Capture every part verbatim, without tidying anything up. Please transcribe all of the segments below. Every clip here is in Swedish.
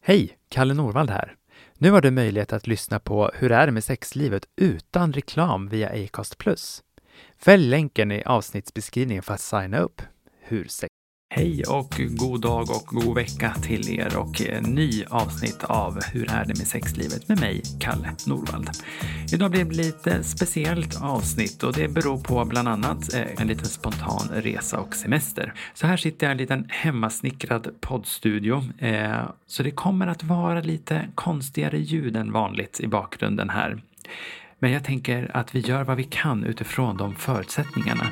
Hej, Kalle Norvald här. Nu har du möjlighet att lyssna på Hur är det med sexlivet utan reklam via Acast plus. Följ länken i avsnittsbeskrivningen för att signa upp. Hur sex... Hej och god dag och god vecka till er och ny avsnitt av Hur är det med sexlivet med mig, Kalle Norvald. Idag blir det lite speciellt avsnitt och det beror på bland annat en liten spontan resa och semester. Så här sitter jag i en liten hemmasnickrad poddstudio, så det kommer att vara lite konstigare ljud än vanligt i bakgrunden här. Men jag tänker att vi gör vad vi kan utifrån de förutsättningarna.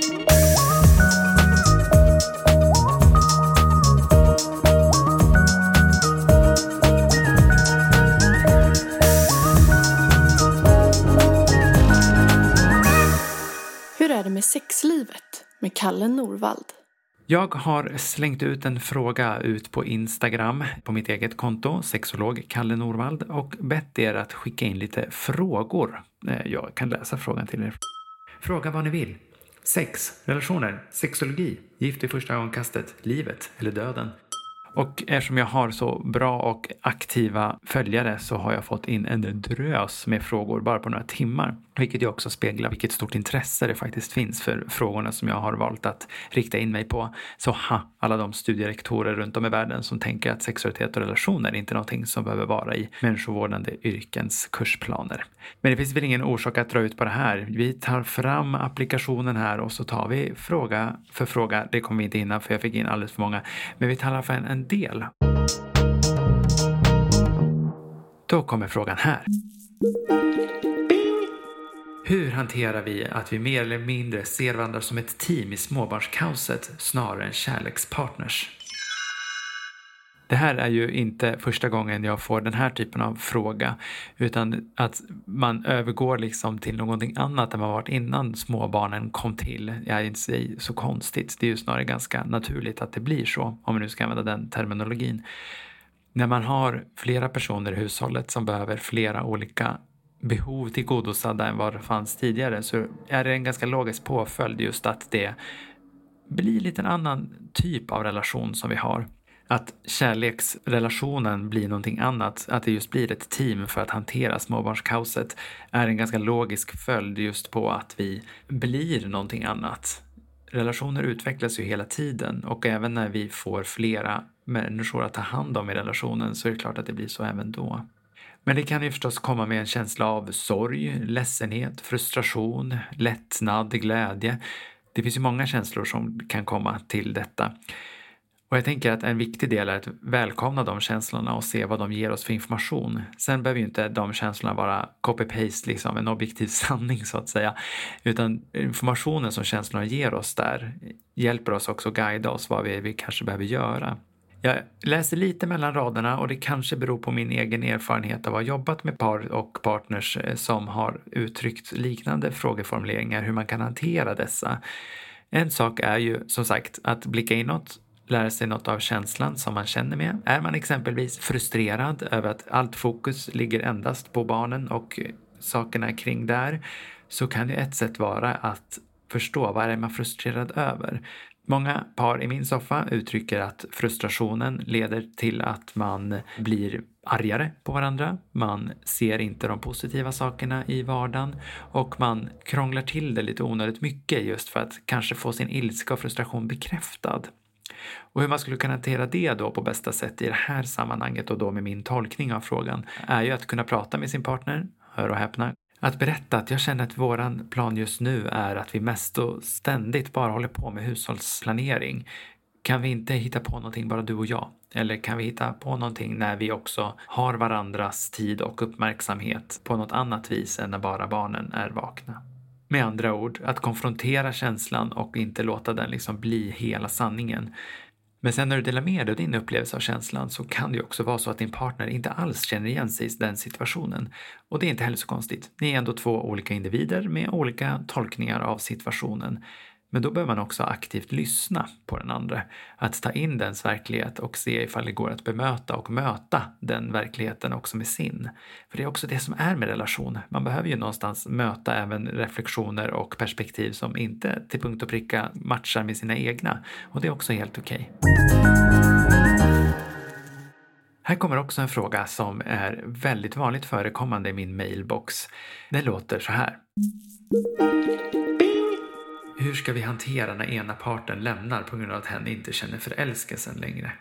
Hur är det med sexlivet med Kalle Norvald? Jag har slängt ut en fråga ut på Instagram på mitt eget konto, sexolog Kalle Norvald, och bett er att skicka in lite frågor. Jag kan läsa frågan till er. Fråga vad ni vill. Sex, relationer, sexologi, gift i första ögonkastet, livet eller döden. Och eftersom jag har så bra och aktiva följare så har jag fått in en drös med frågor bara på några timmar. Vilket ju också speglar vilket stort intresse det faktiskt finns för frågorna som jag har valt att rikta in mig på. Så ha, alla de studierektorer runt om i världen som tänker att sexualitet och relationer är inte någonting som behöver vara i människovårdande yrkens kursplaner. Men det finns väl ingen orsak att dra ut på det här. Vi tar fram applikationen här och så tar vi fråga för fråga. Det kommer vi inte hinna för jag fick in alldeles för många. Men vi tar i alla fall en, en del. Då kommer frågan här. Hur hanterar vi att vi mer eller mindre ser varandra som ett team i småbarnskaoset snarare än kärlekspartners? Det här är ju inte första gången jag får den här typen av fråga, utan att man övergår liksom till någonting annat än man varit innan småbarnen kom till. Jag är inte så konstigt, det är ju snarare ganska naturligt att det blir så, om vi nu ska använda den terminologin. När man har flera personer i hushållet som behöver flera olika behov tillgodosedda än vad det fanns tidigare, så är det en ganska logisk påföljd just att det blir lite en annan typ av relation som vi har. Att kärleksrelationen blir någonting annat, att det just blir ett team för att hantera småbarnskaoset, är en ganska logisk följd just på att vi blir någonting annat. Relationer utvecklas ju hela tiden och även när vi får flera människor att ta hand om i relationen så är det klart att det blir så även då. Men det kan ju förstås komma med en känsla av sorg, ledsenhet, frustration, lättnad, glädje. Det finns ju många känslor som kan komma till detta. Och jag tänker att en viktig del är att välkomna de känslorna och se vad de ger oss för information. Sen behöver ju inte de känslorna vara copy-paste, liksom en objektiv sanning så att säga. Utan informationen som känslorna ger oss där hjälper oss också guida oss vad vi, vi kanske behöver göra. Jag läser lite mellan raderna och det kanske beror på min egen erfarenhet av att ha jobbat med par och partners som har uttryckt liknande frågeformuleringar, hur man kan hantera dessa. En sak är ju som sagt att blicka inåt, lära sig något av känslan som man känner med. Är man exempelvis frustrerad över att allt fokus ligger endast på barnen och sakerna kring där, så kan ju ett sätt vara att förstå vad är man frustrerad över. Många par i min soffa uttrycker att frustrationen leder till att man blir argare på varandra. Man ser inte de positiva sakerna i vardagen och man krånglar till det lite onödigt mycket just för att kanske få sin ilska och frustration bekräftad. Och hur man skulle kunna hantera det då på bästa sätt i det här sammanhanget och då med min tolkning av frågan är ju att kunna prata med sin partner, hör och häpna. Att berätta att jag känner att våran plan just nu är att vi mest och ständigt bara håller på med hushållsplanering. Kan vi inte hitta på någonting bara du och jag? Eller kan vi hitta på någonting när vi också har varandras tid och uppmärksamhet på något annat vis än när bara barnen är vakna? Med andra ord, att konfrontera känslan och inte låta den liksom bli hela sanningen. Men sen när du delar med dig av din upplevelse av känslan så kan det ju också vara så att din partner inte alls känner igen sig i den situationen. Och det är inte heller så konstigt. Ni är ändå två olika individer med olika tolkningar av situationen. Men då behöver man också aktivt lyssna på den andra. Att ta in dens verklighet och se ifall det går att bemöta och möta den verkligheten också med sin. För det är också det som är med relation. Man behöver ju någonstans möta även reflektioner och perspektiv som inte till punkt och pricka matchar med sina egna. Och det är också helt okej. Här kommer också en fråga som är väldigt vanligt förekommande i min mailbox. Den låter så här. Hur ska vi hantera när ena parten lämnar på grund av att hen inte känner förälskelsen längre?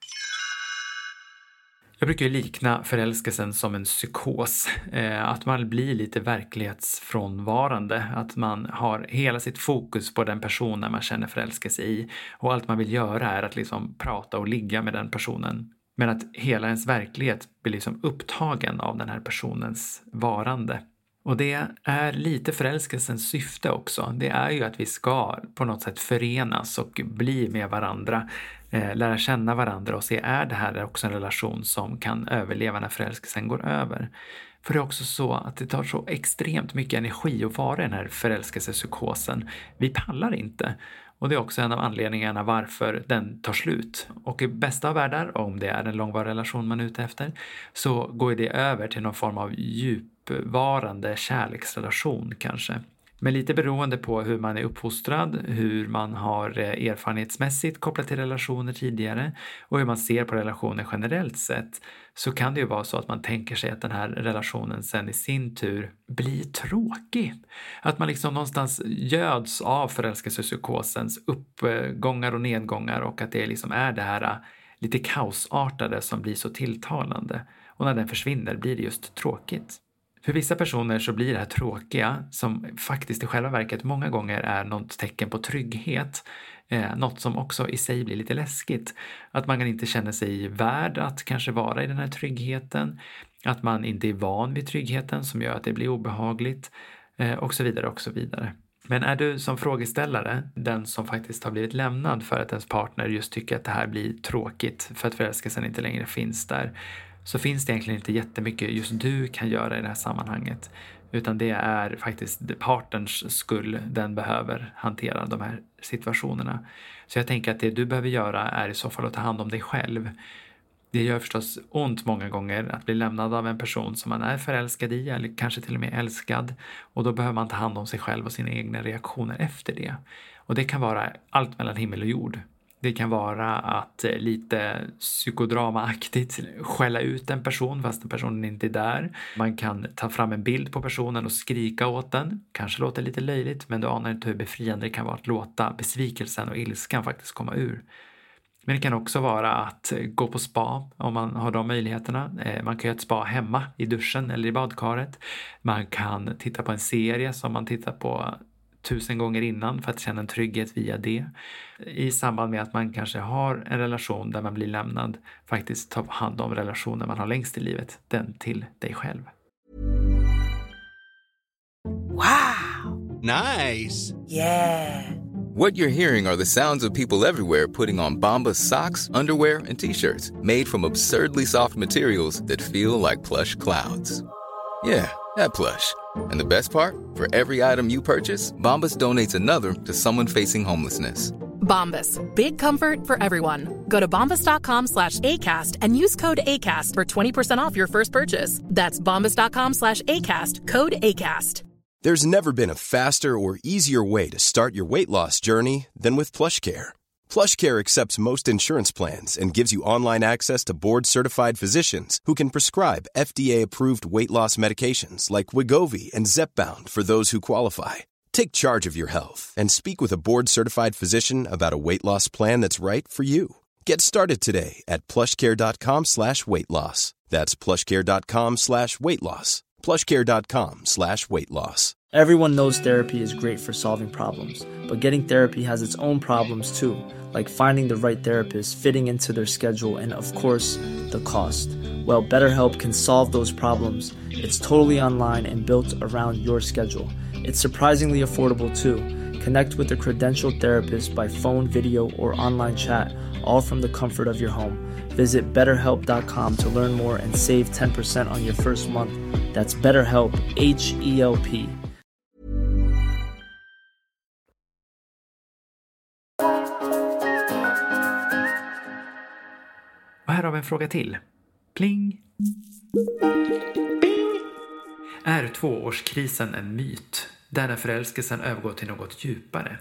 Jag brukar likna förälskelsen som en psykos. Eh, att man blir lite verklighetsfrånvarande. Att man har hela sitt fokus på den personen man känner förälskelse i. Och allt man vill göra är att liksom prata och ligga med den personen. Men att hela ens verklighet blir liksom upptagen av den här personens varande. Och det är lite förälskelsens syfte också. Det är ju att vi ska på något sätt förenas och bli med varandra. Eh, lära känna varandra och se, är det här också en relation som kan överleva när förälskelsen går över? För det är också så att det tar så extremt mycket energi att vara i den här förälskelsepsykosen. Vi pallar inte. Och det är också en av anledningarna varför den tar slut. Och i bästa av världar, om det är en långvarig relation man är ute efter, så går det över till någon form av djupvarande kärleksrelation kanske. Men lite beroende på hur man är uppfostrad, hur man har erfarenhetsmässigt kopplat till relationer tidigare och hur man ser på relationer generellt sett, så kan det ju vara så att man tänker sig att den här relationen sen i sin tur blir tråkig. Att man liksom någonstans göds av förälskelsepsykosens uppgångar och nedgångar och att det liksom är det här lite kaosartade som blir så tilltalande. Och när den försvinner blir det just tråkigt. För vissa personer så blir det här tråkiga, som faktiskt i själva verket många gånger är något tecken på trygghet. Eh, något som också i sig blir lite läskigt. Att man inte känner sig värd att kanske vara i den här tryggheten. Att man inte är van vid tryggheten som gör att det blir obehagligt. Eh, och så vidare och så vidare. Men är du som frågeställare den som faktiskt har blivit lämnad för att ens partner just tycker att det här blir tråkigt för att förälskelsen inte längre finns där, så finns det egentligen inte jättemycket just du kan göra i det här sammanhanget. Utan det är faktiskt partners skull den behöver hantera de här situationerna. Så jag tänker att det du behöver göra är i så fall att ta hand om dig själv. Det gör förstås ont många gånger att bli lämnad av en person som man är förälskad i eller kanske till och med älskad. Och då behöver man ta hand om sig själv och sina egna reaktioner efter det. Och det kan vara allt mellan himmel och jord. Det kan vara att lite psykodramaaktigt skälla ut en person fast den personen inte är där. Man kan ta fram en bild på personen och skrika åt den. Kanske låter lite löjligt, men du anar inte hur befriande det kan vara att låta besvikelsen och ilskan faktiskt komma ur. Men det kan också vara att gå på spa om man har de möjligheterna. Man kan göra ett spa hemma i duschen eller i badkaret. Man kan titta på en serie som man tittar på tusen gånger innan för att känna en trygghet via det. I samband med att man kanske har en relation där man blir lämnad, faktiskt ta hand om relationen man har längst i livet, den till dig själv. Wow! Nice! Yeah! What you're hearing are the sounds of people everywhere putting on Bombas socks, underwear, and T-shirts made from absurdly soft materials that feel like plush clouds. Yeah, that plush. And the best part? For every item you purchase, Bombas donates another to someone facing homelessness. Bombas. Big comfort for everyone. Go to bombas.com slash ACAST and use code ACAST for twenty percent off your first purchase. That's bombas.com slash ACAST. Code ACAST. There's never been a faster or easier way to start your weight loss journey than with PlushCare. PlushCare accepts most insurance plans and gives you online access to board-certified physicians who can prescribe F D A-approved weight loss medications like Wegovy and Zepbound for those who qualify. Take charge of your health and speak with a board-certified physician about a weight loss plan that's right for you. Get started today at plushcare.com slash weight loss. That's plushcare.com slash weight loss. plushcare.com slash weight loss. Everyone knows therapy is great for solving problems, but getting therapy has its own problems too, like finding the right therapist, fitting into their schedule, and of course, the cost. Well, BetterHelp can solve those problems. It's totally online and built around your schedule. It's surprisingly affordable too. Connect with a credentialed therapist by phone, video, or online chat, all from the comfort of your home. Visit better help dot com to learn more and save ten percent on your first month. That's BetterHelp, H E L P. Och här har vi en fråga till. Pling! Bing! Är tvåårskrisen en myt, där när förälskelsen övergår till något djupare?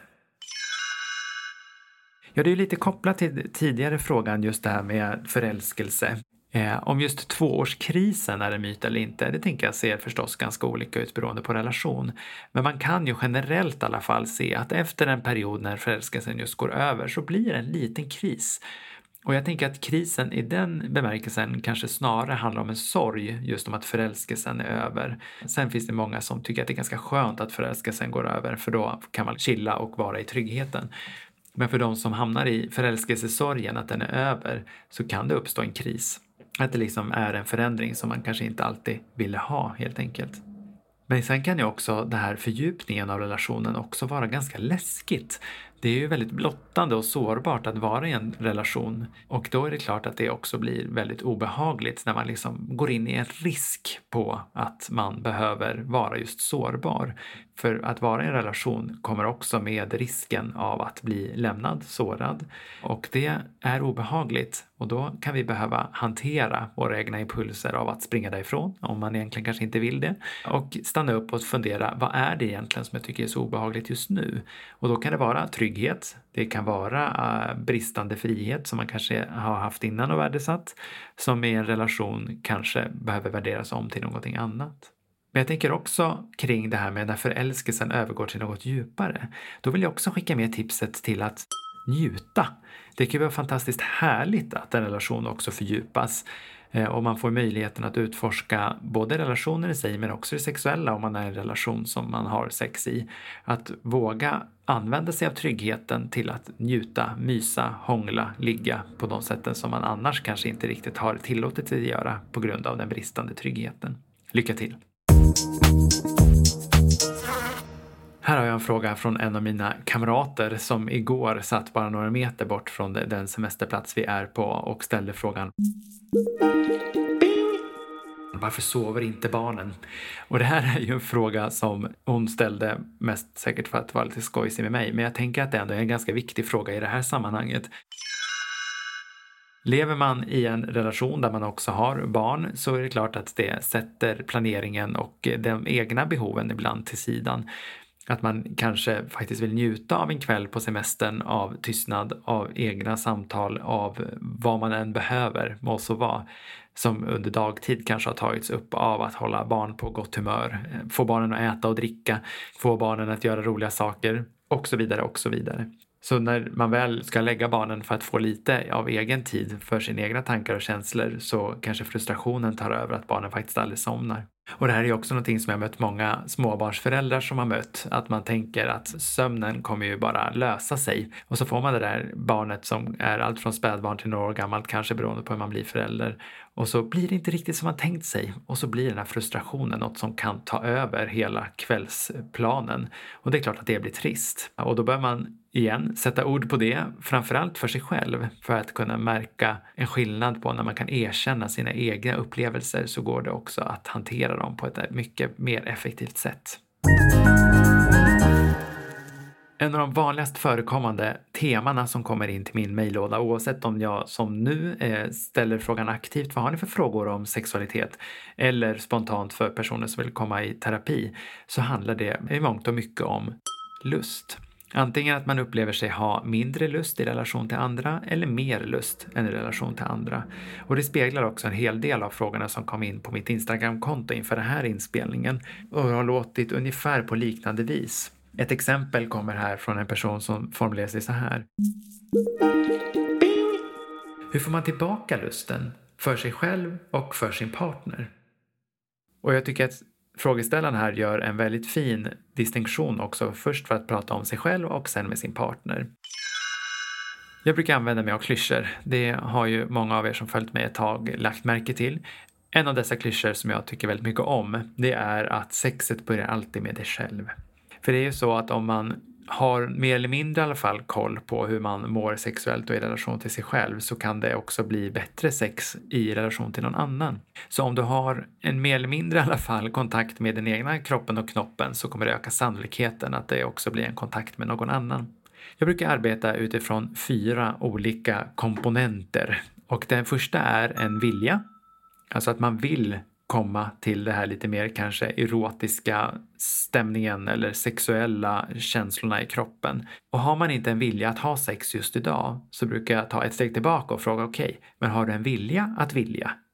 Ja, det är lite kopplat till tidigare frågan just det här med förälskelse. Eh, om just tvåårskrisen är en myt eller inte, det tänker jag ser förstås ganska olika ut beroende på relation. Men man kan ju generellt i alla fall se att efter en period när förälskelsen just går över så blir det en liten kris. Och jag tänker att krisen i den bemärkelsen kanske snarare handlar om en sorg, just om att förälskelsen är över. Sen finns det många som tycker att det är ganska skönt att förälskelsen går över, för då kan man chilla och vara i tryggheten. Men för de som hamnar i förälskelsesorgen, att den är över, så kan det uppstå en kris. Att det liksom är en förändring som man kanske inte alltid ville ha, helt enkelt. Men sen kan ju också det här fördjupningen av relationen också vara ganska läskigt. Det är ju väldigt blottande och sårbart att vara i en relation. Och då är det klart att det också blir väldigt obehagligt när man liksom går in i en risk på att man behöver vara just sårbar. För att vara i en relation kommer också med risken av att bli lämnad, sårad. Och det är obehagligt. Och då kan vi behöva hantera våra egna impulser av att springa därifrån, om man egentligen kanske inte vill det. Och stanna upp och fundera, vad är det egentligen som jag tycker är så obehagligt just nu? Och då kan det vara trygghet, det kan vara uh, bristande frihet som man kanske har haft innan och värdesatt, som i en relation kanske behöver värderas om till någonting annat. Men jag tänker också kring det här med när förälskelsen övergår till något djupare. Då vill jag också skicka med tipset till att njuta. Det kan vara fantastiskt härligt att en relation också fördjupas. Och man får möjligheten att utforska både relationer i sig men också det sexuella om man är i en relation som man har sex i. Att våga använda sig av tryggheten till att njuta, mysa, hångla, ligga på de sätten som man annars kanske inte riktigt har tillåtit sig att göra på grund av den bristande tryggheten. Lycka till! Här har jag en fråga från en av mina kamrater som igår satt bara några meter bort från den semesterplats vi är på och ställde frågan: varför sover inte barnen? Och det här är ju en fråga som hon ställde mest säkert för att vara lite skojsig med mig. Men jag tänker att det ändå är en ganska viktig fråga i det här sammanhanget. Lever man i en relation där man också har barn så är det klart att det sätter planeringen och de egna behoven ibland till sidan. Att man kanske faktiskt vill njuta av en kväll på semestern, av tystnad, av egna samtal, av vad man än behöver, må så vara. Som under dagtid kanske har tagits upp av att hålla barn på gott humör, få barnen att äta och dricka, få barnen att göra roliga saker och så vidare och så vidare. Så när man väl ska lägga barnen för att få lite av egen tid för sina egna tankar och känslor så kanske frustrationen tar över att barnen faktiskt aldrig somnar. Och det här är också någonting som jag mött många småbarnsföräldrar som har mött. Att man tänker att sömnen kommer ju bara lösa sig. Och så får man det där barnet som är allt från spädbarn till några år gammalt, kanske beroende på hur man blir förälder. Och så blir det inte riktigt som man tänkt sig. Och så blir den här frustrationen något som kan ta över hela kvällsplanen. Och det är klart att det blir trist. Och då bör man igen sätta ord på det, framförallt för sig själv. För att kunna märka en skillnad på när man kan erkänna sina egna upplevelser, så går det också att hantera dem på ett mycket mer effektivt sätt. En av de vanligast förekommande temana som kommer in till min mejllåda, oavsett om jag som nu eh, ställer frågan aktivt, vad har ni för frågor om sexualitet, eller spontant för personer som vill komma i terapi, så handlar det i mångt och mycket om lust. Antingen att man upplever sig ha mindre lust i relation till andra eller mer lust än i relation till andra. Och det speglar också en hel del av frågorna som kom in på mitt Instagram-konto inför den här inspelningen och har låtit ungefär på liknande vis. Ett exempel kommer här från en person som formulerar sig så här. Hur får man tillbaka lusten för sig själv och för sin partner? Och jag tycker att frågeställaren här gör en väldigt fin distinktion också, först för att prata om sig själv och sen med sin partner. Jag brukar använda mig av klyschor. Det har ju många av er som följt mig ett tag lagt märke till. En av dessa klyschor som jag tycker väldigt mycket om, det är att sexet börjar alltid med dig själv. För det är ju så att om man har mer eller mindre i alla fall koll på hur man mår sexuellt och i relation till sig själv, så kan det också bli bättre sex i relation till någon annan. Så om du har en mer eller mindre i alla fall kontakt med den egna kroppen och knoppen, så kommer det öka sannolikheten att det också blir en kontakt med någon annan. Jag brukar arbeta utifrån fyra olika komponenter. Och den första är en vilja. Alltså att man vill komma till det här lite mer kanske erotiska stämningen eller sexuella känslorna i kroppen. Och har man inte en vilja att ha sex just idag, så brukar jag ta ett steg tillbaka och fråga okej, okay, men har du en vilja att vilja?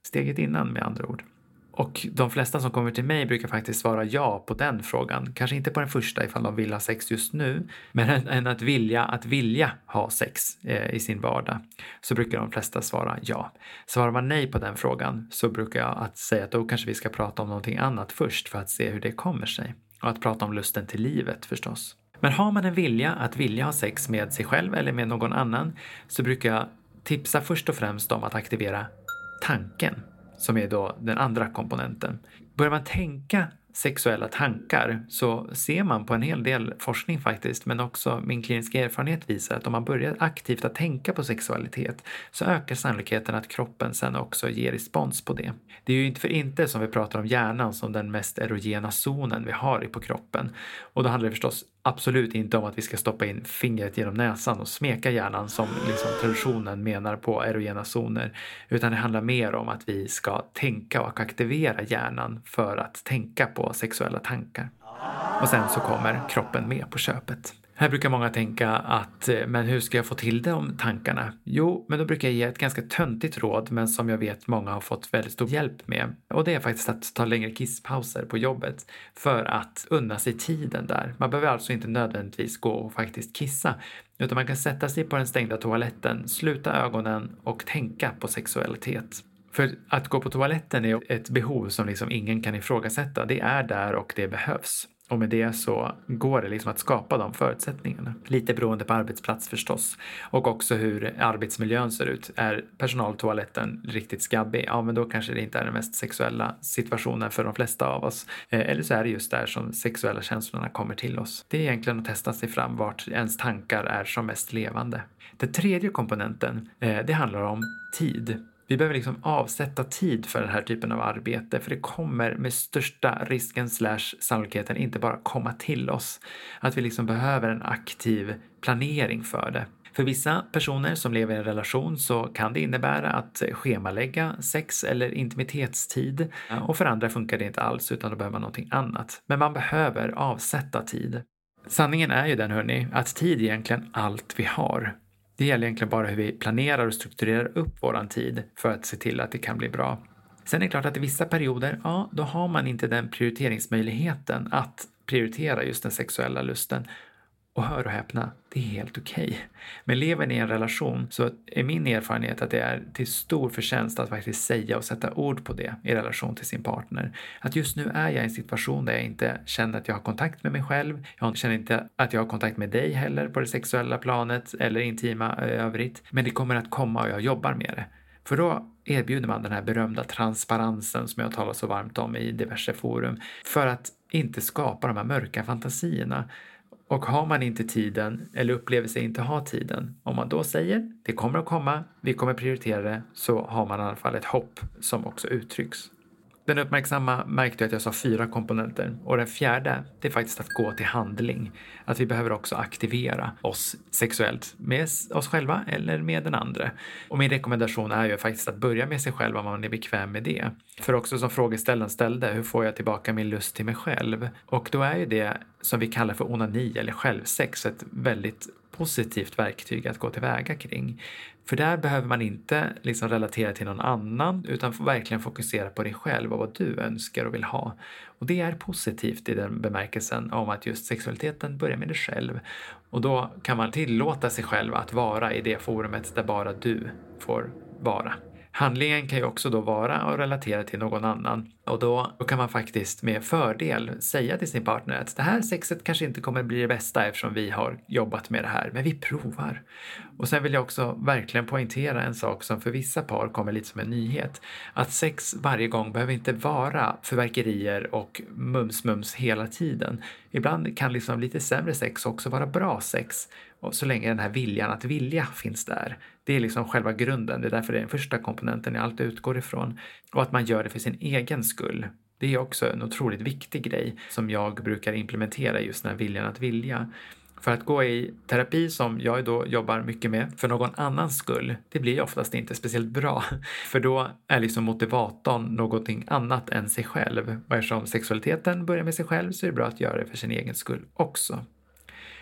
Steget innan med andra ord. Och de flesta som kommer till mig brukar faktiskt svara ja på den frågan. Kanske inte på den första ifall de vill ha sex just nu. Men än att vilja, att vilja ha sex eh, i sin vardag. Så brukar de flesta svara ja. Svarar man nej på den frågan så brukar jag att säga att då kanske vi ska prata om någonting annat först. För att se hur det kommer sig. Och att prata om lusten till livet förstås. Men har man en vilja att vilja ha sex med sig själv eller med någon annan. Så brukar jag tipsa först och främst om att aktivera tanken. Som är då den andra komponenten. Börjar man tänka sexuella tankar så ser man på en hel del forskning faktiskt, men också min kliniska erfarenhet visar att om man börjar aktivt att tänka på sexualitet så ökar sannolikheten att kroppen sen också ger respons på det. Det är ju inte för inte som vi pratar om hjärnan som den mest erogena zonen vi har på kroppen. Och då handlar det förstås absolut inte om att vi ska stoppa in fingret genom näsan och smeka hjärnan som liksom traditionen menar på erogena zoner. Utan det handlar mer om att vi ska tänka och aktivera hjärnan för att tänka på sexuella tankar. Och sen så kommer kroppen med på köpet. Här brukar många tänka att, men hur ska jag få till de tankarna? Jo, men då brukar jag ge ett ganska töntigt råd, men som jag vet många har fått väldigt stor hjälp med. Och det är faktiskt att ta längre kisspauser på jobbet för att unna sig tiden där. Man behöver alltså inte nödvändigtvis gå och faktiskt kissa, utan man kan sätta sig på den stängda toaletten, sluta ögonen och tänka på sexualitet. För att gå på toaletten är ett behov som liksom ingen kan ifrågasätta. Det är där och det behövs. Och med det så går det liksom att skapa de förutsättningarna. Lite beroende på arbetsplats förstås. Och också hur arbetsmiljön ser ut. Är personaltoaletten riktigt skabbig? Ja, men då kanske det inte är den mest sexuella situationen för de flesta av oss. Eller så är det just där som sexuella känslorna kommer till oss. Det är egentligen att testa sig fram vart ens tankar är som mest levande. Den tredje komponenten, det handlar om tid. Vi behöver liksom avsätta tid för den här typen av arbete, för det kommer med största risken slash sannolikheten inte bara komma till oss. Att vi liksom behöver en aktiv planering för det. För vissa personer som lever i en relation så kan det innebära att schemalägga sex eller intimitetstid. Och för andra funkar det inte alls, utan då behöver man någonting annat. Men man behöver avsätta tid. Sanningen är ju den, hörni, att tid är egentligen allt vi har. Det gäller egentligen bara hur vi planerar och strukturerar upp våran tid för att se till att det kan bli bra. Sen är det klart att i vissa perioder, ja, då har man inte den prioriteringsmöjligheten att prioritera just den sexuella lusten. Och hör och häpna, det är helt okej. Okay. Men lever ni i en relation så är min erfarenhet att det är till stor förtjänst att faktiskt säga och sätta ord på det i relation till sin partner. Att just nu är jag i en situation där jag inte känner att jag har kontakt med mig själv. Jag känner inte att jag har kontakt med dig heller på det sexuella planet eller intima övrigt. Men det kommer att komma och jag jobbar med det. För då erbjuder man den här berömda transparensen som jag talar så varmt om i diverse forum. För att inte skapa de här mörka fantasierna. Och har man inte tiden eller upplever sig inte ha tiden, om man då säger det kommer att komma, vi kommer prioritera det, så har man i alla fall ett hopp som också uttrycks. Den uppmärksamma märkte att jag sa fyra komponenter, och den fjärde, det är faktiskt att gå till handling. Att vi behöver också aktivera oss sexuellt med oss själva eller med den andra. Och min rekommendation är ju faktiskt att börja med sig själv om man är bekväm med det. För också som frågeställaren ställde, hur får jag tillbaka min lust till mig själv? Och då är ju det som vi kallar för onani eller självsex ett väldigt positivt verktyg att gå tillväga kring. För där behöver man inte liksom relatera till någon annan, utan får verkligen fokusera på dig själv och vad du önskar och vill ha. Och det är positivt i den bemärkelsen om att just sexualiteten börjar med dig själv. Och då kan man tillåta sig själv att vara i det forumet där bara du får vara. Handlingen kan ju också då vara att relatera till någon annan. Och då, då kan man faktiskt med fördel säga till sin partner att det här sexet kanske inte kommer bli det bästa eftersom vi har jobbat med det här. Men vi provar. Och sen vill jag också verkligen poängtera en sak som för vissa par kommer lite som en nyhet. Att sex varje gång behöver inte vara förverkerier och mums-mums hela tiden. Ibland kan liksom lite sämre sex också vara bra sex. Och så länge den här viljan att vilja finns där. Det är liksom själva grunden. Det är därför det är den första komponenten jag alltid utgår ifrån. Och att man gör det för sin egen skull. Det är också en otroligt viktig grej som jag brukar implementera, just den här viljan att vilja. För att gå i terapi som jag då jobbar mycket med för någon annans skull, det blir oftast inte speciellt bra. För då är liksom motivatorn någonting annat än sig själv. Och eftersom sexualiteten börjar med sig själv så är det bra att göra det för sin egen skull också.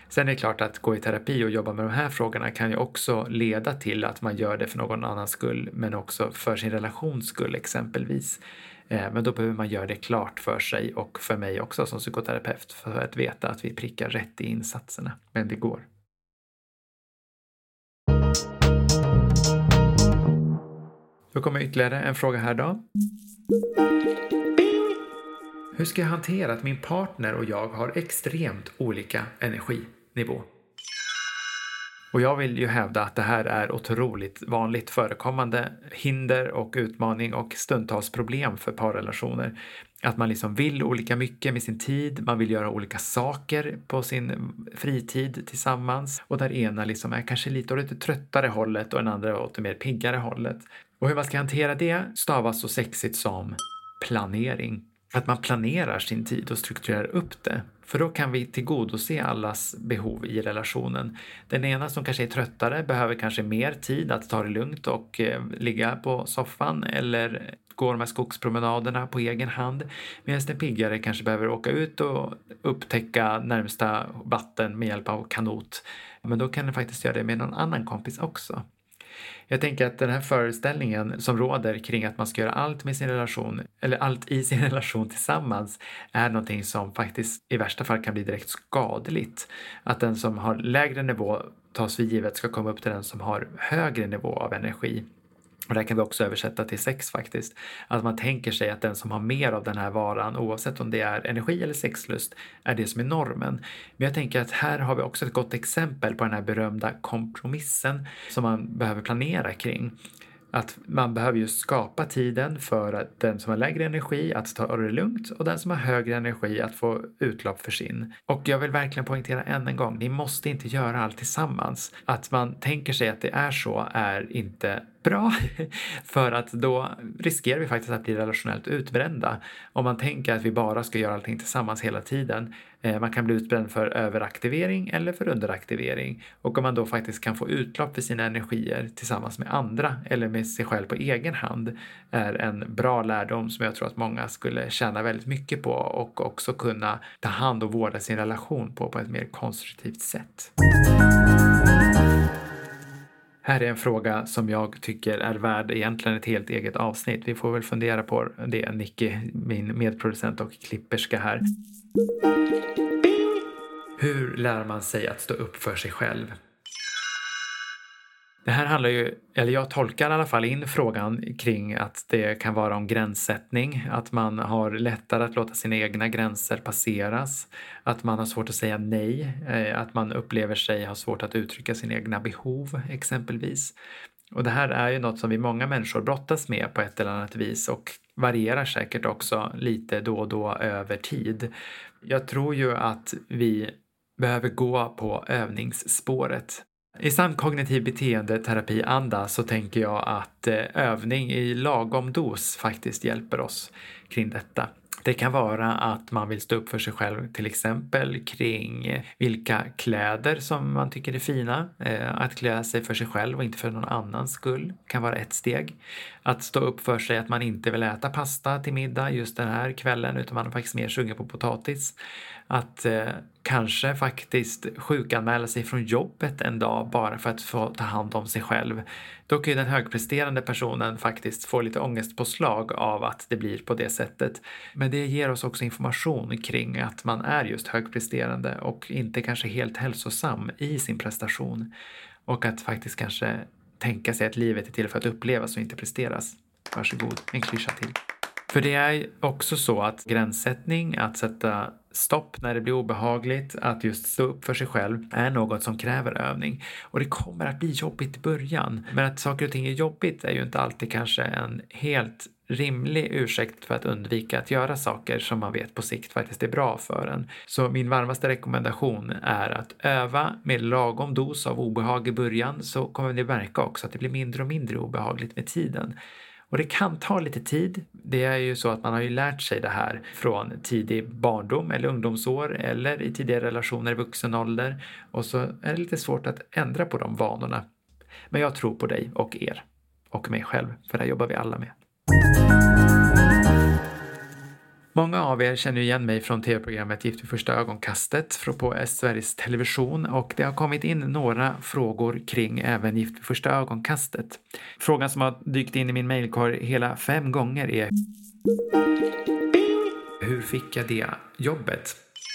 Sen är det klart att gå i terapi och jobba med de här frågorna kan ju också leda till att man gör det för någon annans skull, men också för sin relations skull exempelvis. Men då behöver man göra det klart för sig och för mig också som psykoterapeut för att veta att vi prickar rätt i insatserna. Men det går. Då kommer ytterligare en fråga här då. Hur ska jag hantera att min partner och jag har extremt olika energinivå? Och jag vill ju hävda att det här är otroligt vanligt förekommande hinder och utmaning och stundtals problem för parrelationer. Att man liksom vill olika mycket med sin tid, man vill göra olika saker på sin fritid tillsammans. Och där ena liksom är kanske lite åt det tröttare hållet och den andra åt det mer piggare hållet. Och hur man ska hantera det stavas så sexigt som planering. Att man planerar sin tid och strukturerar upp det. För då kan vi tillgodose allas behov i relationen. Den ena som kanske är tröttare behöver kanske mer tid att ta det lugnt och eh, ligga på soffan eller gå de här skogspromenaderna på egen hand. Medan den piggare kanske behöver åka ut och upptäcka närmsta vatten med hjälp av kanot. Men då kan den faktiskt göra det med någon annan kompis också. Jag tänker att den här föreställningen som råder kring att man ska göra allt med sin relation eller allt i sin relation tillsammans är någonting som faktiskt i värsta fall kan bli direkt skadligt. Att den som har lägre nivå tas för givet ska komma upp till den som har högre nivå av energi. Och det här kan vi också översätta till sex faktiskt. Att man tänker sig att den som har mer av den här varan, oavsett om det är energi eller sexlust, är det som är normen. Men jag tänker att här har vi också ett gott exempel på den här berömda kompromissen som man behöver planera kring. Att man behöver ju skapa tiden för att den som har lägre energi att ta det lugnt och den som har högre energi att få utlopp för sin. Och jag vill verkligen poängtera än en gång, ni måste inte göra allt tillsammans. Att man tänker sig att det är så är inte bra, för att då riskerar vi faktiskt att bli relationellt utbrända. Om man tänker att vi bara ska göra allting tillsammans hela tiden. Man kan bli utbränd för överaktivering eller för underaktivering. Och om man då faktiskt kan få utlopp för sina energier tillsammans med andra eller med sig själv på egen hand är en bra lärdom som jag tror att många skulle tjäna väldigt mycket på och också kunna ta hand och vårda sin relation på på ett mer konstruktivt sätt. Här är en fråga som jag tycker är värd egentligen ett helt eget avsnitt. Vi får väl fundera på det, Nicky, min medproducent och klipperska här. Hur lär man sig att stå upp för sig själv? Det här handlar ju, eller jag tolkar i alla fall in frågan kring att det kan vara om gränssättning. Att man har lättare att låta sina egna gränser passeras. Att man har svårt att säga nej. Att man upplever sig ha svårt att uttrycka sina egna behov exempelvis. Och det här är ju något som vi många människor brottas med på ett eller annat vis och varierar säkert också lite då och då över tid. Jag tror ju att vi behöver gå på övningsspåret. I sann kognitiv beteendeterapi-anda så tänker jag att övning i lagom dos faktiskt hjälper oss kring detta. Det kan vara att man vill stå upp för sig själv till exempel kring vilka kläder som man tycker är fina. Att klä sig för sig själv och inte för någon annans skull kan vara ett steg. Att stå upp för sig att man inte vill äta pasta till middag just den här kvällen utan man är faktiskt mer sugen på potatis. Att eh, kanske faktiskt sjukanmäla sig från jobbet en dag bara för att få ta hand om sig själv. Då kan ju den högpresterande personen faktiskt få lite ångestpåslag av att det blir på det sättet. Men det ger oss också information kring att man är just högpresterande och inte kanske helt hälsosam i sin prestation. Och att faktiskt kanske tänka sig att livet är till för att upplevas och inte presteras. Varsågod, en klyscha till. För det är också så att gränssättning, att sätta stopp när det blir obehagligt, att just stå upp för sig själv är något som kräver övning. Och det kommer att bli jobbigt i början. Men att saker och ting är jobbigt är ju inte alltid kanske en helt rimlig ursäkt för att undvika att göra saker som man vet på sikt faktiskt är bra för en. Så min varmaste rekommendation är att öva med lagom dos av obehag i början, så kommer ni märka också att det blir mindre och mindre obehagligt med tiden. Och det kan ta lite tid. Det är ju så att man har ju lärt sig det här från tidig barndom eller ungdomsår eller i tidigare relationer i vuxen ålder. Och så är det lite svårt att ändra på de vanorna. Men jag tror på dig och er och mig själv, för det jobbar vi alla med. Många av er känner igen mig från tv-programmet Gift vid första ögonkastet på Sveriges Television och det har kommit in några frågor kring även Gift vid första ögonkastet. Frågan som har dykt in i min mejlkorg hela fem gånger är: hur fick jag det jobbet?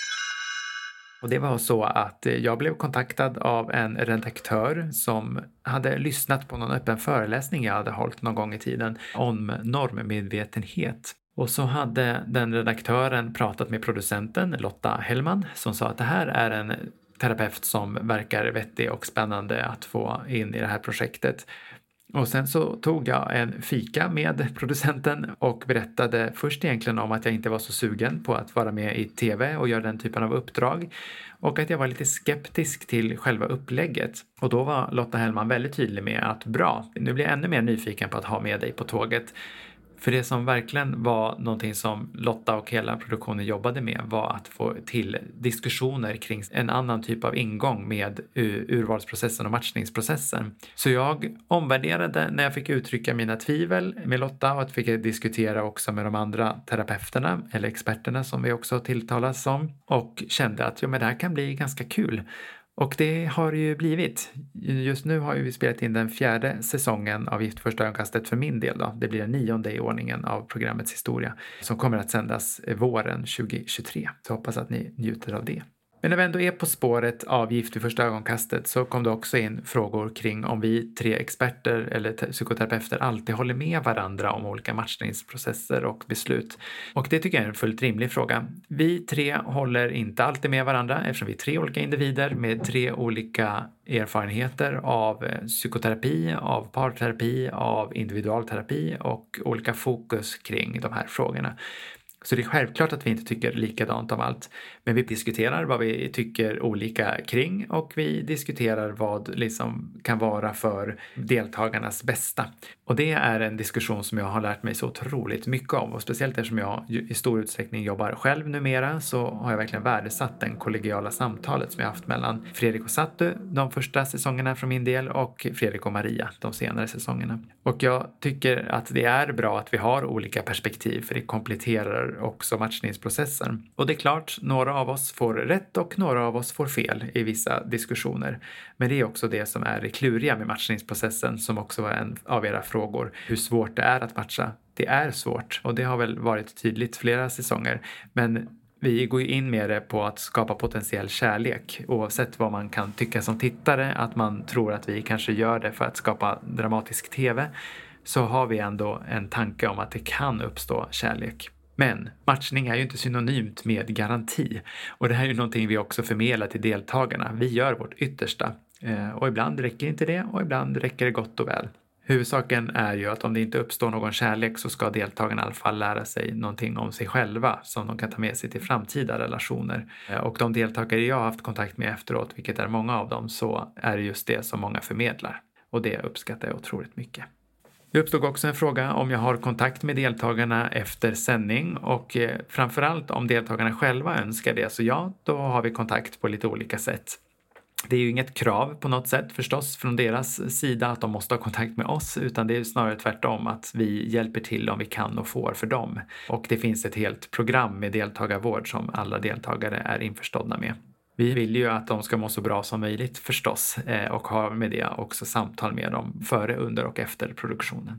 Och det var så att jag blev kontaktad av en redaktör som hade lyssnat på någon öppen föreläsning jag hade hållit någon gång i tiden om normmedvetenhet. Och så hade den redaktören pratat med producenten Lotta Hellman som sa att det här är en terapeut som verkar vettig och spännande att få in i det här projektet. Och sen så tog jag en fika med producenten och berättade först egentligen om att jag inte var så sugen på att vara med i tv och göra den typen av uppdrag. Och att jag var lite skeptisk till själva upplägget. Och då var Lotta Hellman väldigt tydlig med att bra, nu blir jag ännu mer nyfiken på att ha med dig på tåget. För det som verkligen var någonting som Lotta och hela produktionen jobbade med var att få till diskussioner kring en annan typ av ingång med urvalsprocessen och matchningsprocessen. Så jag omvärderade när jag fick uttrycka mina tvivel med Lotta och att fick diskutera också med de andra terapeuterna eller experterna som vi också tilltalas som och kände att ja, men det här kan bli ganska kul. Och det har ju blivit. Just nu har vi spelat in den fjärde säsongen av Gift första ögonkastet för min del. Då. Det blir den nionde i ordningen av programmets historia som kommer att sändas våren tjugohundratjugotre. Så hoppas att ni njuter av det. Men när vi ändå är på spåret av Gift vid första ögonkastet så kom det också in frågor kring om vi tre experter eller psykoterapeuter alltid håller med varandra om olika matchningsprocesser och beslut. Och det tycker jag är en fullt rimlig fråga. Vi tre håller inte alltid med varandra eftersom vi är tre olika individer med tre olika erfarenheter av psykoterapi, av parterapi, av individualterapi och olika fokus kring de här frågorna. Så det är självklart att vi inte tycker likadant om allt. Men vi diskuterar vad vi tycker olika kring och vi diskuterar vad liksom kan vara för deltagarnas bästa. Och det är en diskussion som jag har lärt mig så otroligt mycket om. Och speciellt eftersom jag i stor utsträckning jobbar själv numera så har jag verkligen värdesatt den kollegiala samtalet som jag haft mellan Fredrik och Satu de första säsongerna från min del och Fredrik och Maria de senare säsongerna. Och jag tycker att det är bra att vi har olika perspektiv för det kompletterar också matchningsprocessen. Och det är klart, några av oss får rätt och några av oss får fel i vissa diskussioner. Men det är också det som är det kluriga med matchningsprocessen som också var en av era frågor. Hur svårt det är att matcha. Det är svårt och det har väl varit tydligt flera säsonger. Men vi går ju in med det på att skapa potentiell kärlek. Oavsett vad man kan tycka som tittare, att man tror att vi kanske gör det för att skapa dramatisk tv. Så har vi ändå en tanke om att det kan uppstå kärlek. Men matchning är ju inte synonymt med garanti. Och det här är ju någonting vi också förmedlar till deltagarna. Vi gör vårt yttersta. Och ibland räcker inte det och ibland räcker det gott och väl. Huvudsaken är ju att om det inte uppstår någon kärlek så ska deltagarna i alla fall lära sig någonting om sig själva som de kan ta med sig till framtida relationer. Och de deltagare jag har haft kontakt med efteråt, vilket är många av dem, så är det just det som många förmedlar. Och det uppskattar jag otroligt mycket. Det uppstod också en fråga om jag har kontakt med deltagarna efter sändning och eh, framförallt om deltagarna själva önskar det. Så ja, då har vi kontakt på lite olika sätt. Det är ju inget krav på något sätt förstås från deras sida att de måste ha kontakt med oss utan det är snarare tvärtom att vi hjälper till om vi kan och får för dem. Och det finns ett helt program med deltagarvård som alla deltagare är införstådda med. Vi vill ju att de ska må så bra som möjligt förstås och ha med det också samtal med dem före, under och efter produktionen.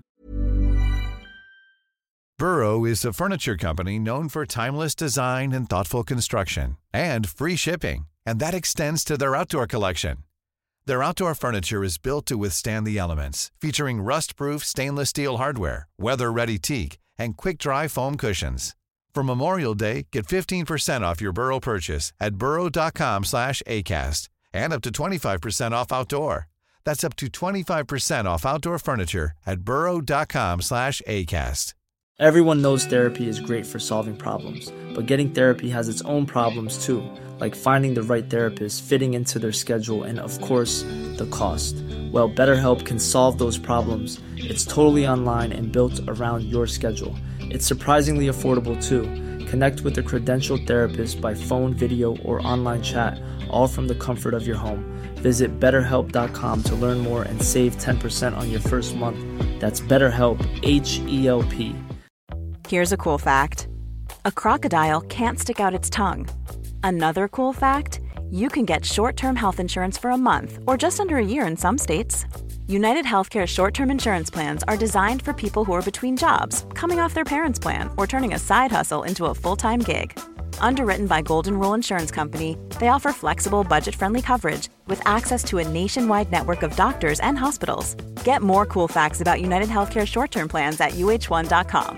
Burrow is a furniture company known for timeless design and thoughtful construction and free shipping, and that extends to their outdoor collection. Their outdoor furniture is built to withstand the elements, featuring rust-proof stainless steel hardware, weather-ready teak, and quick-dry foam cushions. For Memorial Day, get fifteen percent off your Burrow purchase at burrow.com slash ACAST and up to twenty-five percent off outdoor. That's up to twenty-five percent off outdoor furniture at burrow.com slash ACAST. Everyone knows therapy is great for solving problems, but getting therapy has its own problems too, like finding the right therapist, fitting into their schedule, and of course, the cost. Well, BetterHelp can solve those problems. It's totally online and built around your schedule. It's surprisingly affordable too. Connect with a credentialed therapist by phone, video, or online chat, all from the comfort of your home. Visit better help dot com to learn more and save ten percent on your first month. That's BetterHelp, H E L P. Here's a cool fact. a crocodile can't stick out its tongue. Another cool fact, you can get short-term health insurance for a month or just under a year in some states. United Healthcare short-term insurance plans are designed for people who are between jobs, coming off their parents' plan, or turning a side hustle into a full-time gig. Underwritten by Golden Rule Insurance Company, they offer flexible, budget-friendly coverage with access to a nationwide network of doctors and hospitals. Get more cool facts about United Healthcare short-term plans at u h one dot com.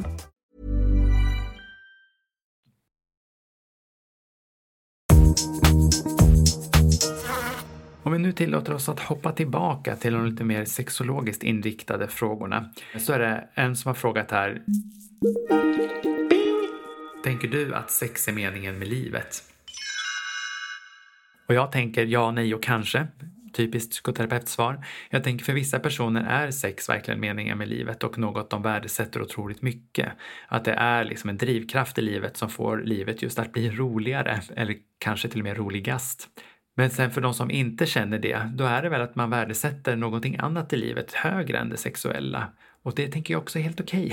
Om vi nu tillåter oss att hoppa tillbaka till de lite mer sexologiskt inriktade frågorna, så är det en som har frågat här: tänker du att sex är meningen med livet? Och jag tänker ja, nej och kanske. Typiskt psykoterapeutsvar. Jag tänker för vissa personer är sex verkligen meningen med livet och något de värdesätter otroligt mycket. Att det är liksom en drivkraft i livet som får livet just att bli roligare eller kanske till och med roligast. Men sen för de som inte känner det, då är det väl att man värdesätter någonting annat i livet högre än det sexuella. Och det tänker jag också är helt okej.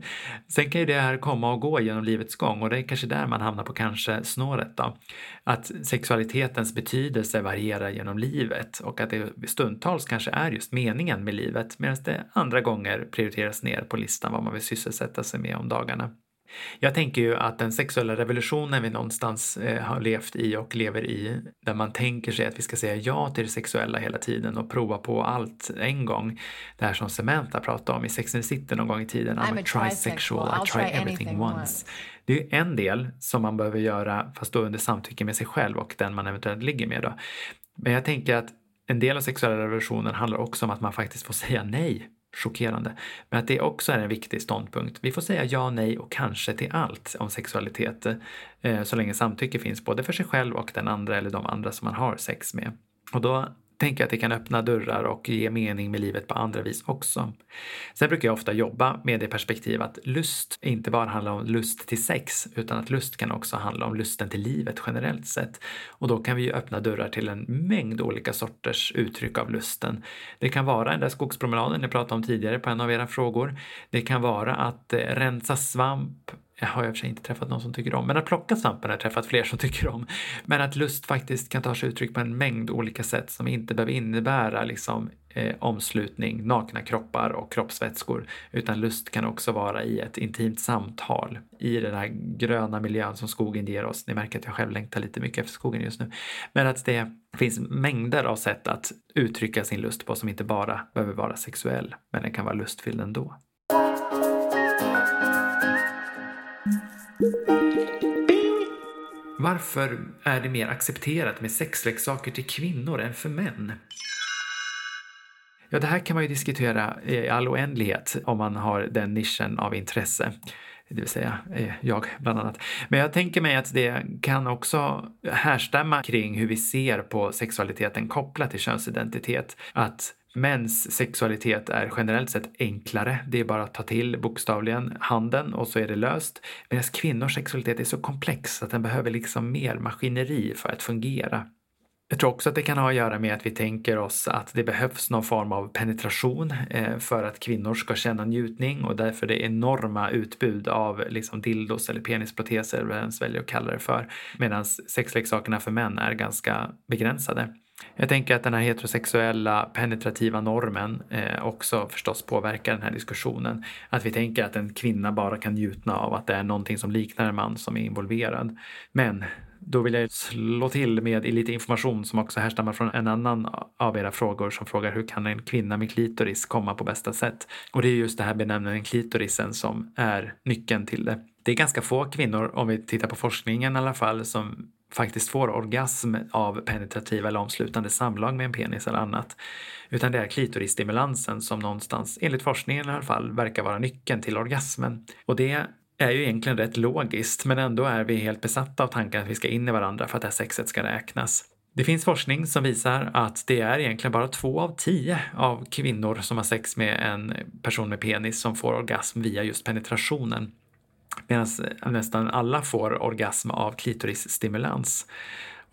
Sen kan ju det här komma och gå genom livets gång, och det är kanske där man hamnar på kanske snåret då. Att sexualitetens betydelse varierar genom livet och att det stundtals kanske är just meningen med livet, medan det andra gånger prioriteras ner på listan vad man vill sysselsätta sig med om dagarna. Jag tänker ju att den sexuella revolutionen vi någonstans eh, har levt i och lever i, där man tänker sig att vi ska säga ja till det sexuella hela tiden och prova på allt en gång. Det här som Samantha pratade om i Sex and the City någon gång i tiden. I'm, I'm a trisexual, I try everything once. once. Det är ju en del som man behöver göra, fast då under samtycke med sig själv och den man eventuellt ligger med då. Men jag tänker att en del av sexuella revolutionen handlar också om att man faktiskt får säga nej. Chockerande. Men att det också är en viktig ståndpunkt. Vi får säga ja, nej och kanske till allt om sexualitet. Eh, så länge samtycke finns både för sig själv och den andra eller de andra som man har sex med. Och då tänker jag att det kan öppna dörrar och ge mening med livet på andra vis också. Sen brukar jag ofta jobba med det perspektiv att lust inte bara handlar om lust till sex, utan att lust kan också handla om lusten till livet generellt sett. Och då kan vi ju öppna dörrar till en mängd olika sorters uttryck av lusten. Det kan vara den där skogspromenaden jag pratade om tidigare på en av era frågor. Det kan vara att eh, rensa svamp. Jag har i och för sig inte träffat någon som tycker om. Men att plocka svampen har jag träffat fler som tycker om. Men att lust faktiskt kan ta sig uttryck på en mängd olika sätt som inte behöver innebära liksom, eh, omslutning, nakna kroppar och kroppsvätskor. Utan lust kan också vara i ett intimt samtal. I den här gröna miljön som skogen ger oss. Ni märker att jag själv längtar lite mycket efter skogen just nu. Men att det finns mängder av sätt att uttrycka sin lust på som inte bara behöver vara sexuell. Men den kan vara lustfylld ändå. Varför är det mer accepterat med sexleksaker till kvinnor än för män? Ja, det här kan man ju diskutera i all oändlighet om man har den nischen av intresse. Det vill säga jag bland annat. Men jag tänker mig att det kan också härstämma kring hur vi ser på sexualiteten kopplat till könsidentitet. Att mäns sexualitet är generellt sett enklare. Det är bara att ta till bokstavligen handen och så är det löst. Medan kvinnors sexualitet är så komplex att den behöver liksom mer maskineri för att fungera. Jag tror också att det kan ha att göra med att vi tänker oss att det behövs någon form av penetration för att kvinnor ska känna njutning, och därför det enorma utbud av liksom dildos eller penisproteser, vad ens väljer att kalla det för, medan sexleksakerna för män är ganska begränsade. Jag tänker att den här heterosexuella penetrativa normen eh, också förstås påverkar den här diskussionen. Att vi tänker att en kvinna bara kan njutna av att det är någonting som liknar en man som är involverad. Men då vill jag slå till med lite information som också härstammar från en annan av era frågor som frågar hur kan en kvinna med klitoris komma på bästa sätt? Och det är just det här benämningen klitorisen som är nyckeln till det. Det är ganska få kvinnor, om vi tittar på forskningen i alla fall, som faktiskt får orgasm av penetrativa eller omslutande samlag med en penis eller annat. Utan det är klitorisstimulansen som någonstans, enligt forskningen i alla fall, verkar vara nyckeln till orgasmen. Och det är ju egentligen rätt logiskt, men ändå är vi helt besatta av tanken att vi ska in i varandra för att det här sexet ska räknas. Det finns forskning som visar att det är egentligen bara två av tio av kvinnor som har sex med en person med penis som får orgasm via just penetrationen. Medan nästan alla får orgasm av klitorisstimulans.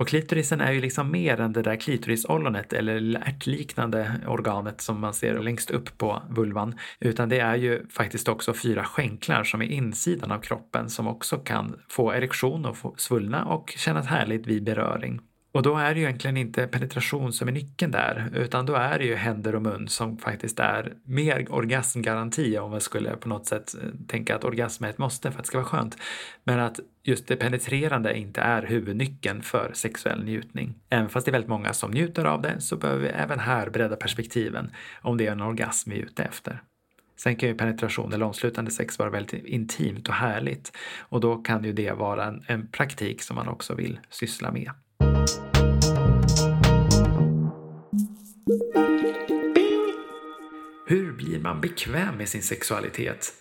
Och klitorisen är ju liksom mer än det där klitorisollonet eller ärtliknande organet som man ser längst upp på vulvan. Utan det är ju faktiskt också fyra skänklar som är insidan av kroppen som också kan få erektion och få svullna och kännas härligt vid beröring. Och då är det ju egentligen inte penetration som är nyckeln där, utan då är det ju händer och mun som faktiskt är mer orgasmgaranti om man skulle på något sätt tänka att orgasm är ett måste för att det ska vara skönt. Men att just det penetrerande inte är huvudnyckeln för sexuell njutning. Även fast det är väldigt många som njuter av det så behöver vi även här bredda perspektiven om det är en orgasm vi är ute efter. Sen kan ju penetration eller omslutande sex vara väldigt intimt och härligt och då kan ju det vara en, en praktik som man också vill syssla med. Hur blir man bekväm med sin sexualitet?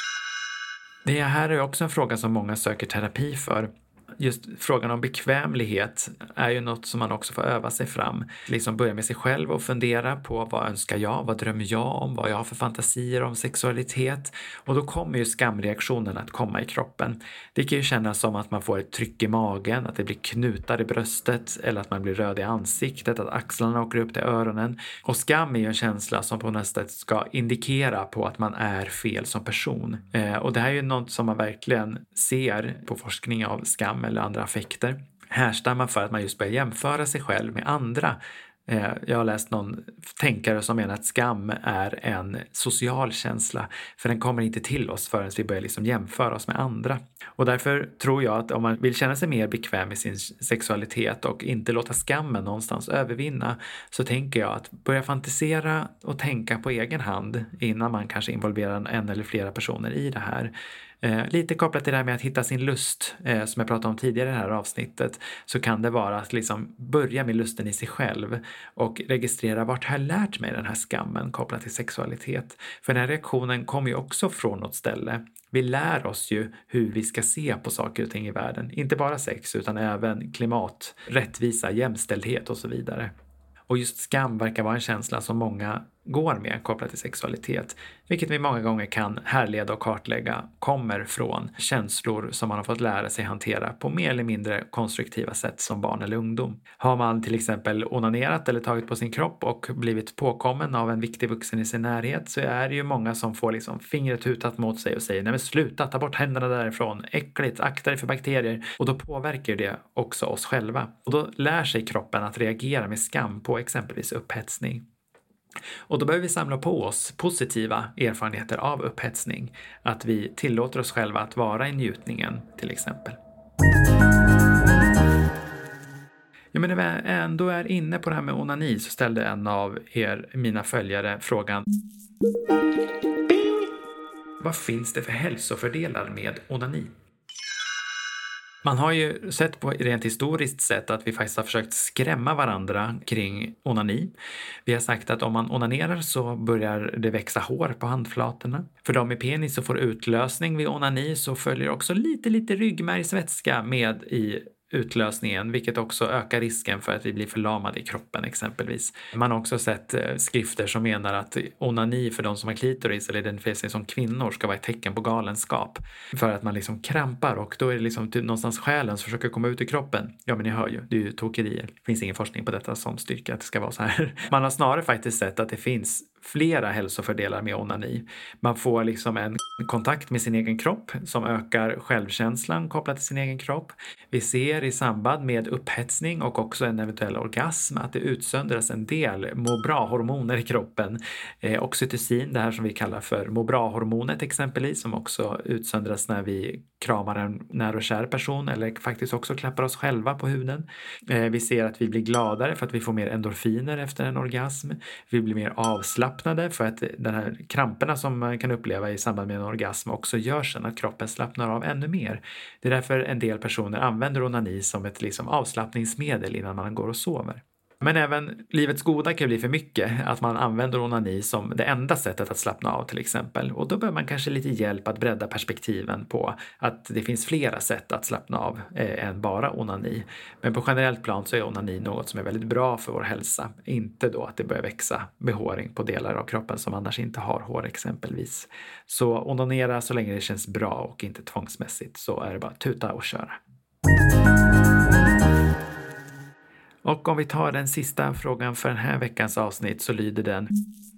Det här är också en fråga som många söker terapi för. Just frågan om bekvämlighet är ju något som man också får öva sig fram. Liksom börja med sig själv och fundera på vad önskar jag, vad drömmer jag om, vad jag har för fantasier om sexualitet. Och då kommer ju skamreaktionen att komma i kroppen. Det kan ju kännas som att man får ett tryck i magen, att det blir knutar i bröstet eller att man blir röd i ansiktet, att axlarna åker upp till öronen. Och skam är ju en känsla som på något sätt ska indikera på att man är fel som person. Eh, och det här är ju något som man verkligen ser på forskning av skam eller andra affekter, härstammar för att man just börjar jämföra sig själv med andra. Jag har läst någon tänkare som menar att skam är en social känsla, för den kommer inte till oss förrän vi börjar liksom jämföra oss med andra. Och därför tror jag att om man vill känna sig mer bekväm med sin sexualitet och inte låta skammen någonstans övervinna, så tänker jag att börja fantisera och tänka på egen hand innan man kanske involverar en eller flera personer i det här. Eh, lite kopplat till det här med att hitta sin lust, eh, som jag pratade om tidigare i det här avsnittet, så kan det vara att liksom börja med lusten i sig själv och registrera vart har jag lärt mig den här skammen kopplat till sexualitet. För den här reaktionen kommer ju också från något ställe. Vi lär oss ju hur vi ska se på saker och ting i världen. Inte bara sex utan även klimat, rättvisa, jämställdhet och så vidare. Och just skam verkar vara en känsla som många går med kopplat till sexualitet, vilket vi många gånger kan härleda och kartlägga kommer från känslor som man har fått lära sig hantera på mer eller mindre konstruktiva sätt som barn eller ungdom. Har man till exempel onanerat eller tagit på sin kropp och blivit påkommen av en viktig vuxen i sin närhet, så är det ju många som får liksom fingret hutat mot sig och säger nej men sluta, ta bort händerna därifrån, äckligt, akta dig för bakterier. Och då påverkar det också oss själva. Och då lär sig kroppen att reagera med skam på exempelvis upphetsning. Och då behöver vi samla på oss positiva erfarenheter av upphetsning. Att vi tillåter oss själva att vara i njutningen till exempel. Ja, men när vi ändå är inne på det här med onani så ställde en av er, mina följare, frågan: vad finns det för hälsofördelar med onani? Man har ju sett på rent historiskt sätt att vi faktiskt har försökt skrämma varandra kring onani. Vi har sagt att om man onanerar så börjar det växa hår på handflatorna. För de med penis så får utlösning vid onani så följer också lite lite ryggmärgsvätska med i utlösningen, vilket också ökar risken för att vi blir förlamade i kroppen exempelvis. Man har också sett skrifter som menar att onani för de som har klitoris eller identifierar sig som kvinnor ska vara ett tecken på galenskap. För att man liksom krampar och då är det liksom någonstans själen som försöker komma ut i kroppen. Ja, men ni hör ju, det är ju tokerier. Det finns ingen forskning på detta som styrker att det ska vara så här. Man har snarare faktiskt sett att det finns flera hälsofördelar med onani. Man får liksom en kontakt med sin egen kropp som ökar självkänslan kopplat till sin egen kropp. Vi ser i samband med upphetsning och också en eventuell orgasm att det utsöndras en del må bra-hormoner i kroppen. Eh, oxytocin, det här som vi kallar för må bra-hormonet exempelvis, som också utsöndras när vi kramar en nära och kär person eller faktiskt också klappar oss själva på huden. Eh, vi ser att vi blir gladare för att vi får mer endorfiner efter en orgasm. Vi blir mer avslappnade för att den här kramperna som man kan uppleva i samband med en orgasm också gör sen att kroppen slappnar av ännu mer. Det är därför en del personer använder onani som ett liksom avslappningsmedel innan man går och sover. Men även livets goda kan bli för mycket, att man använder onani som det enda sättet att slappna av till exempel. Och då behöver man kanske lite hjälp att bredda perspektiven på att det finns flera sätt att slappna av eh, än bara onani. Men på generellt plan så är onani något som är väldigt bra för vår hälsa. Inte då att det börjar växa behåring på delar av kroppen som annars inte har hår exempelvis. Så onanera så länge det känns bra och inte tvångsmässigt, så är det bara tuta och köra. Och om vi tar den sista frågan för den här veckans avsnitt så lyder den: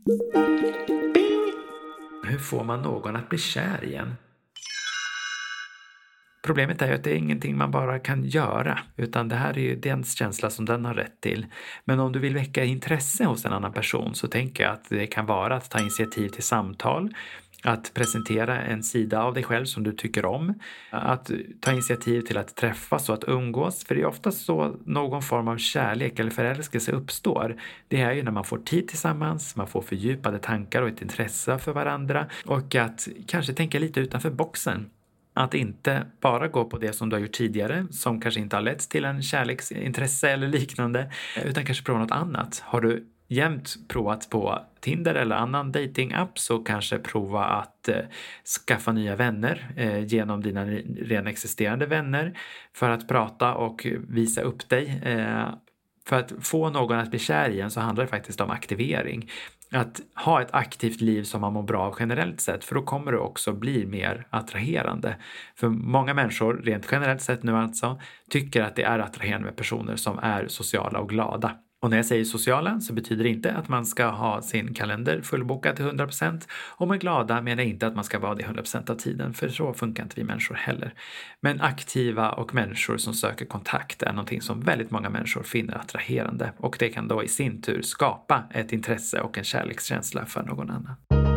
hur får man någon att bli kär igen? Problemet är ju att det är ingenting man bara kan göra, utan det här är ju dens känsla som den har rätt till. Men om du vill väcka intresse hos en annan person så tänker jag att det kan vara att ta initiativ till samtal, att presentera en sida av dig själv som du tycker om, att ta initiativ till att träffas och att umgås, för det är ofta så någon form av kärlek eller förälskelse uppstår. Det är ju när man får tid tillsammans, man får fördjupade tankar och ett intresse för varandra och att kanske tänka lite utanför boxen. Att inte bara gå på det som du har gjort tidigare, som kanske inte har lett till en kärleksintresse eller liknande, utan kanske prova något annat. Har du jämt provat på Tinder eller annan datingapp så kanske prova att eh, skaffa nya vänner eh, genom dina redan existerande vänner för att prata och visa upp dig. Eh, för att få någon att bli kär igen så handlar det faktiskt om aktivering. Att ha ett aktivt liv som man mår bra av generellt sett, för då kommer det också bli mer attraherande. För många människor, rent generellt sett nu alltså, tycker att det är attraherande med personer som är sociala och glada. Och när jag säger sociala så betyder det inte att man ska ha sin kalender fullbokad till hundra procent. Och med glada menar jag inte att man ska vara det hundra procent av tiden, för så funkar inte vi människor heller. Men aktiva och människor som söker kontakt är någonting som väldigt många människor finner attraherande. Och det kan då i sin tur skapa ett intresse och en kärlekskänsla för någon annan.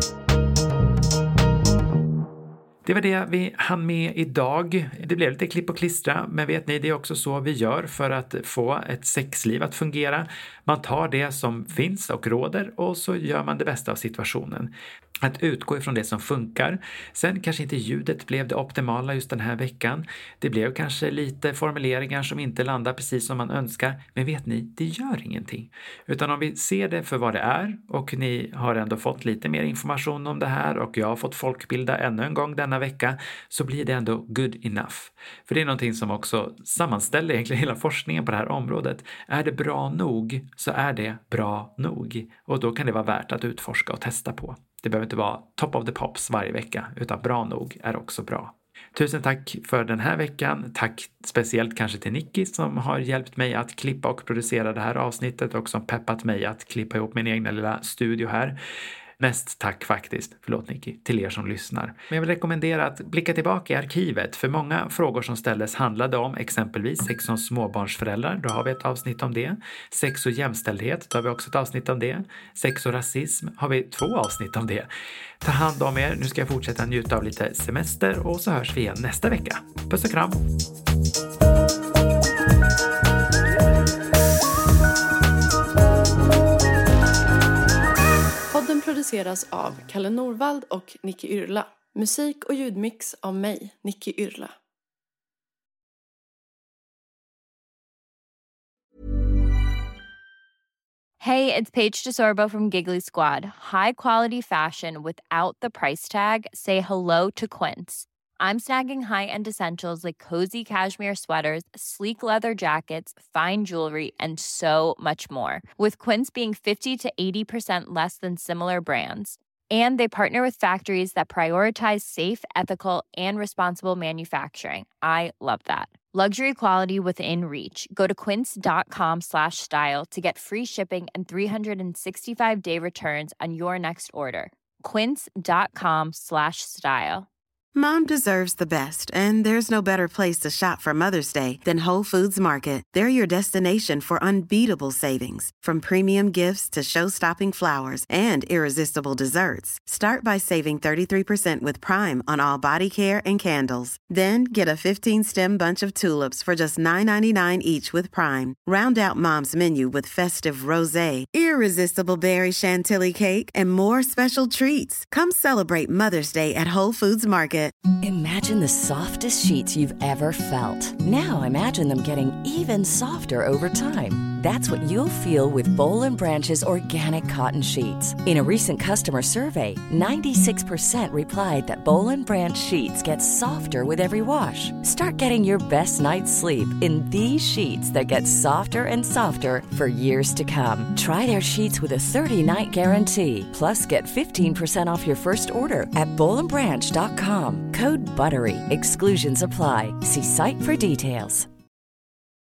Det var det vi hann med idag. Det blev lite klipp och klistra, men vet ni, det är också så vi gör för att få ett sexliv att fungera. Man tar det som finns och råder och så gör man det bästa av situationen. Att utgå ifrån det som funkar. Sen kanske inte ljudet blev det optimala just den här veckan. Det blev kanske lite formuleringar som inte landar precis som man önskar. Men vet ni, det gör ingenting. Utan om vi ser det för vad det är och ni har ändå fått lite mer information om det här och jag har fått folkbilda ännu en gång denna vecka, så blir det ändå good enough. För det är någonting som också sammanställer egentligen hela forskningen på det här området. Är det bra nog så är det bra nog. Och då kan det vara värt att utforska och testa på. Det behöver inte vara top of the pops varje vecka, utan bra nog är också bra. Tusen tack för den här veckan. Tack speciellt kanske till Nicky som har hjälpt mig att klippa och producera det här avsnittet och som peppat mig att klippa ihop min egna lilla studio här. Mest tack faktiskt, förlåt Nicky, till er som lyssnar. Men jag vill rekommendera att blicka tillbaka i arkivet, för många frågor som ställdes handlade om exempelvis sex som småbarnsföräldrar, då har vi ett avsnitt om det. Sex och jämställdhet, då har vi också ett avsnitt om det. Sex och rasism, har vi två avsnitt om det. Ta hand om er, nu ska jag fortsätta njuta av lite semester och så hörs vi igen nästa vecka. Puss och kram! Podden produceras av Kalle Norvald och Nicky Yrla. Musik och ljudmix av mig, Nicky Yrla. Hey, it's Paige DeSorbo from Giggly Squad. High quality fashion without the price tag. Say hello to Quince. I'm snagging high-end essentials like cozy cashmere sweaters, sleek leather jackets, fine jewelry, and so much more. With Quince being fifty to eighty percent less than similar brands. And they partner with factories that prioritize safe, ethical, and responsible manufacturing. I love that. Luxury quality within reach. Go to quince.com slash style to get free shipping and three sixty-five day returns on your next order. Quince.com slash style. Mom deserves the best, and there's no better place to shop for Mother's Day than Whole Foods Market. They're your destination for unbeatable savings, from premium gifts to show-stopping flowers and irresistible desserts. Start by saving thirty-three percent with Prime on all body care and candles. Then get a fifteen-stem bunch of tulips for just nine ninety-nine each with Prime. Round out Mom's menu with festive rosé, irresistible berry chantilly cake, and more special treats. Come celebrate Mother's Day at Whole Foods Market. Imagine the softest sheets you've ever felt. Now imagine them getting even softer over time. That's what you'll feel with Boll and Branch's organic cotton sheets. In a recent customer survey, ninety-six percent replied that Boll and Branch sheets get softer with every wash. Start getting your best night's sleep in these sheets that get softer and softer for years to come. Try their sheets with a thirty-night guarantee. Plus, get fifteen percent off your first order at boll and branch dot com. Code BUTTERY. Exclusions apply. See site for details.